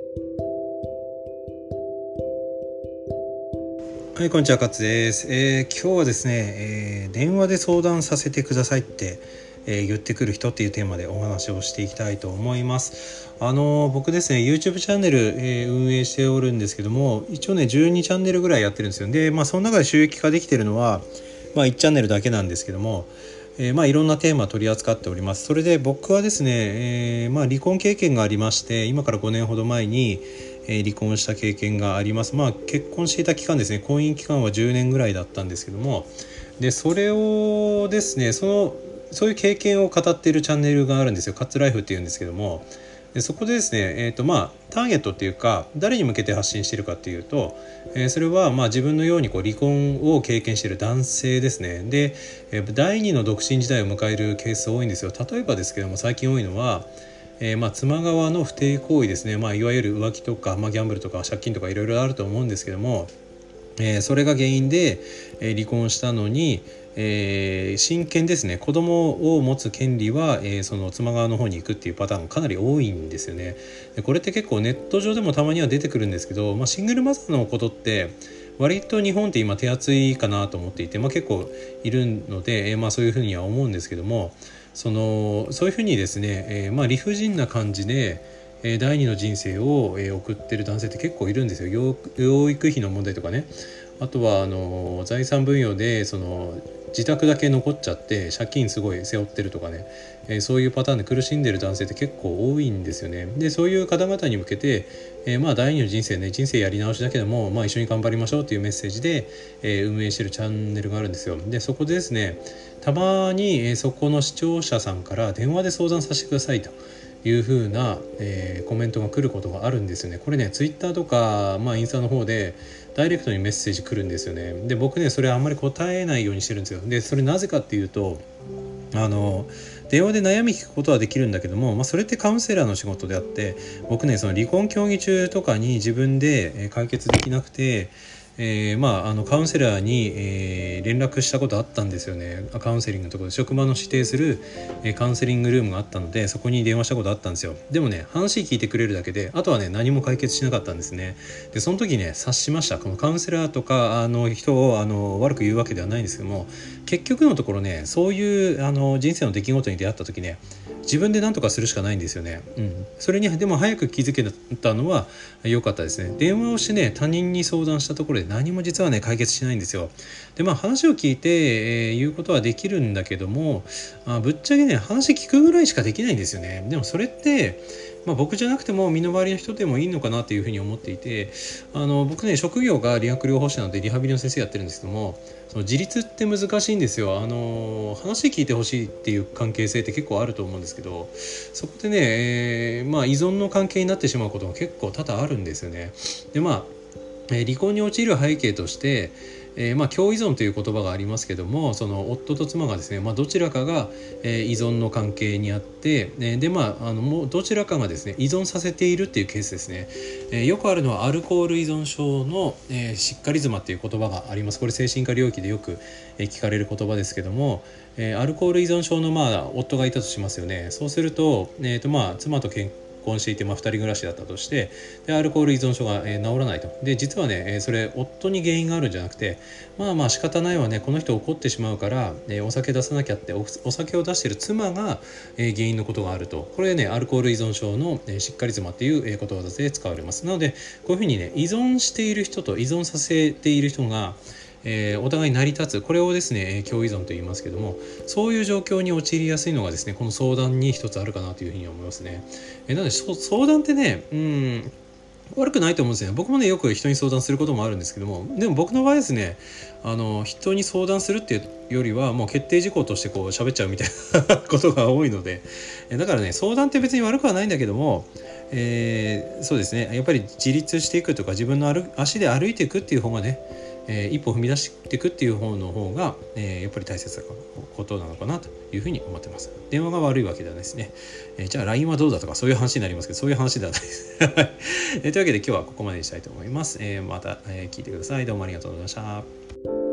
はい、こんにちは、勝です。今日はですね、電話で相談させてくださいって、言ってくる人っていうテーマでお話をしていきたいと思います。僕ですね、YouTube チャンネル、運営しておるんですけども、一応ね、12チャンネルぐらいやってるんですよ。で、その中で収益化できてるのは、1チャンネルだけなんですけども、いろんなテーマ取り扱っております。それで僕はですね、離婚経験がありまして、今から5年ほど前に、離婚した経験があります。結婚していた期間ですね、婚姻期間は10年ぐらいだったんですけども、でそれをですね、そういう経験を語っているチャンネルがあるんですよ。カッツライフっていうんですけども、でそこでですね、ターゲットっていうか、誰に向けて発信しているかっていうと、それは自分のように離婚を経験している男性ですね。で、第二の独身時代を迎えるケース多いんですよ。例えばですけども、最近多いのは、妻側の不貞行為ですね。いわゆる浮気とか、ギャンブルとか借金とかいろいろあると思うんですけども、それが原因で、離婚したのに、親権ですね、子供を持つ権利は、その妻側の方に行くっていうパターンがかなり多いんですよね。でこれって結構ネット上でもたまには出てくるんですけど、シングルマザーのことって割と日本って今手厚いかなと思っていて、結構いるので、そういうふうには思うんですけども、そういうふうにですね、理不尽な感じで第二の人生を送ってる男性って結構いるんですよ。養育費の問題とかね、あとは財産分与で自宅だけ残っちゃって借金すごい背負ってるとかね、そういうパターンで苦しんでる男性って結構多いんですよね。でそういう方々に向けて、第二の人生ね、人生やり直しだけども、一緒に頑張りましょうというメッセージで、運営してるチャンネルがあるんですよ。でそこでですね、たまに、そこの視聴者さんから電話で相談させてくださいという風な、コメントが来ることがあるんですよね。これね、ツイッターとか、インスタの方でダイレクトにメッセージ来るんですよね。で僕ね、それあんまり答えないようにしてるんですよ。でそれなぜかっていうと、電話で悩み聞くことはできるんだけども、それってカウンセラーの仕事であって、僕ね、その離婚協議中とかに自分で解決できなくて、カウンセラーに、連絡したことあったんですよね。カウンセリングのところで職場の指定する、カウンセリングルームがあったので、そこに電話したことあったんですよ。でもね、話聞いてくれるだけで、あとはね、何も解決しなかったんですね。でその時ね、察しました。このカウンセラーとか人を悪く言うわけではないんですけども、結局のところね、そういう人生の出来事に出会った時ね、自分で何とかするしかないんですよね。それにでも早く気づけたのは良かったですね。電話をしてね、他人に相談したところで何も実はね、解決しないんですよ。で話を聞いて、言うことはできるんだけども、ぶっちゃけね、話聞くぐらいしかできないんですよね。でもそれって僕じゃなくても身の回りの人でもいいのかなというふうに思っていて、僕ね、職業が理学療法士なのでリハビリの先生やってるんですけども、その自立って難しいんですよ。話聞いてほしいっていう関係性って結構あると思うんですけど、そこでね、依存の関係になってしまうことが結構多々あるんですよね。で離婚に陥る背景として、共依存という言葉がありますけども、その夫と妻がですね、どちらかが、依存の関係にあって、もうどちらかがですね依存させているっていうケースですね。よくあるのはアルコール依存症の、しっかり妻っていう言葉があります。これ精神科領域でよく、聞かれる言葉ですけども、アルコール依存症の夫がいたとしますよね。そうすると、妻と結婚していて、2人暮らしだったとして、でアルコール依存症が、治らないと。で実はね、それ夫に原因があるんじゃなくて、仕方ないわね、この人怒ってしまうから、お酒出さなきゃって、お酒を出している妻が、原因のことがあると。これね、アルコール依存症の、しっかり妻っていう、言葉で使われます。なのでこういうふうにね、依存している人と依存させている人がお互い成り立つ、これをですね共依存と言いますけども、そういう状況に陥りやすいのがですね、この相談に一つあるかなというふうに思いますね。なので相談ってね、悪くないと思うんですね。僕もね、よく人に相談することもあるんですけども、でも僕の場合ですね、人に相談するっていうよりはもう決定事項としてこう喋っちゃうみたいなことが多いので、だからね、相談って別に悪くはないんだけども、そうですね、やっぱり自立していくとか、自分の足で歩いていくっていう方がね、一歩踏み出していくっていう方の方が、やっぱり大切なことなのかなというふうに思ってます。電話が悪いわけではないですね。じゃあ LINE はどうだとかそういう話になりますけど、そういう話ではないです。というわけで今日はここまでにしたいと思います。また、聞いてください。どうもありがとうございました。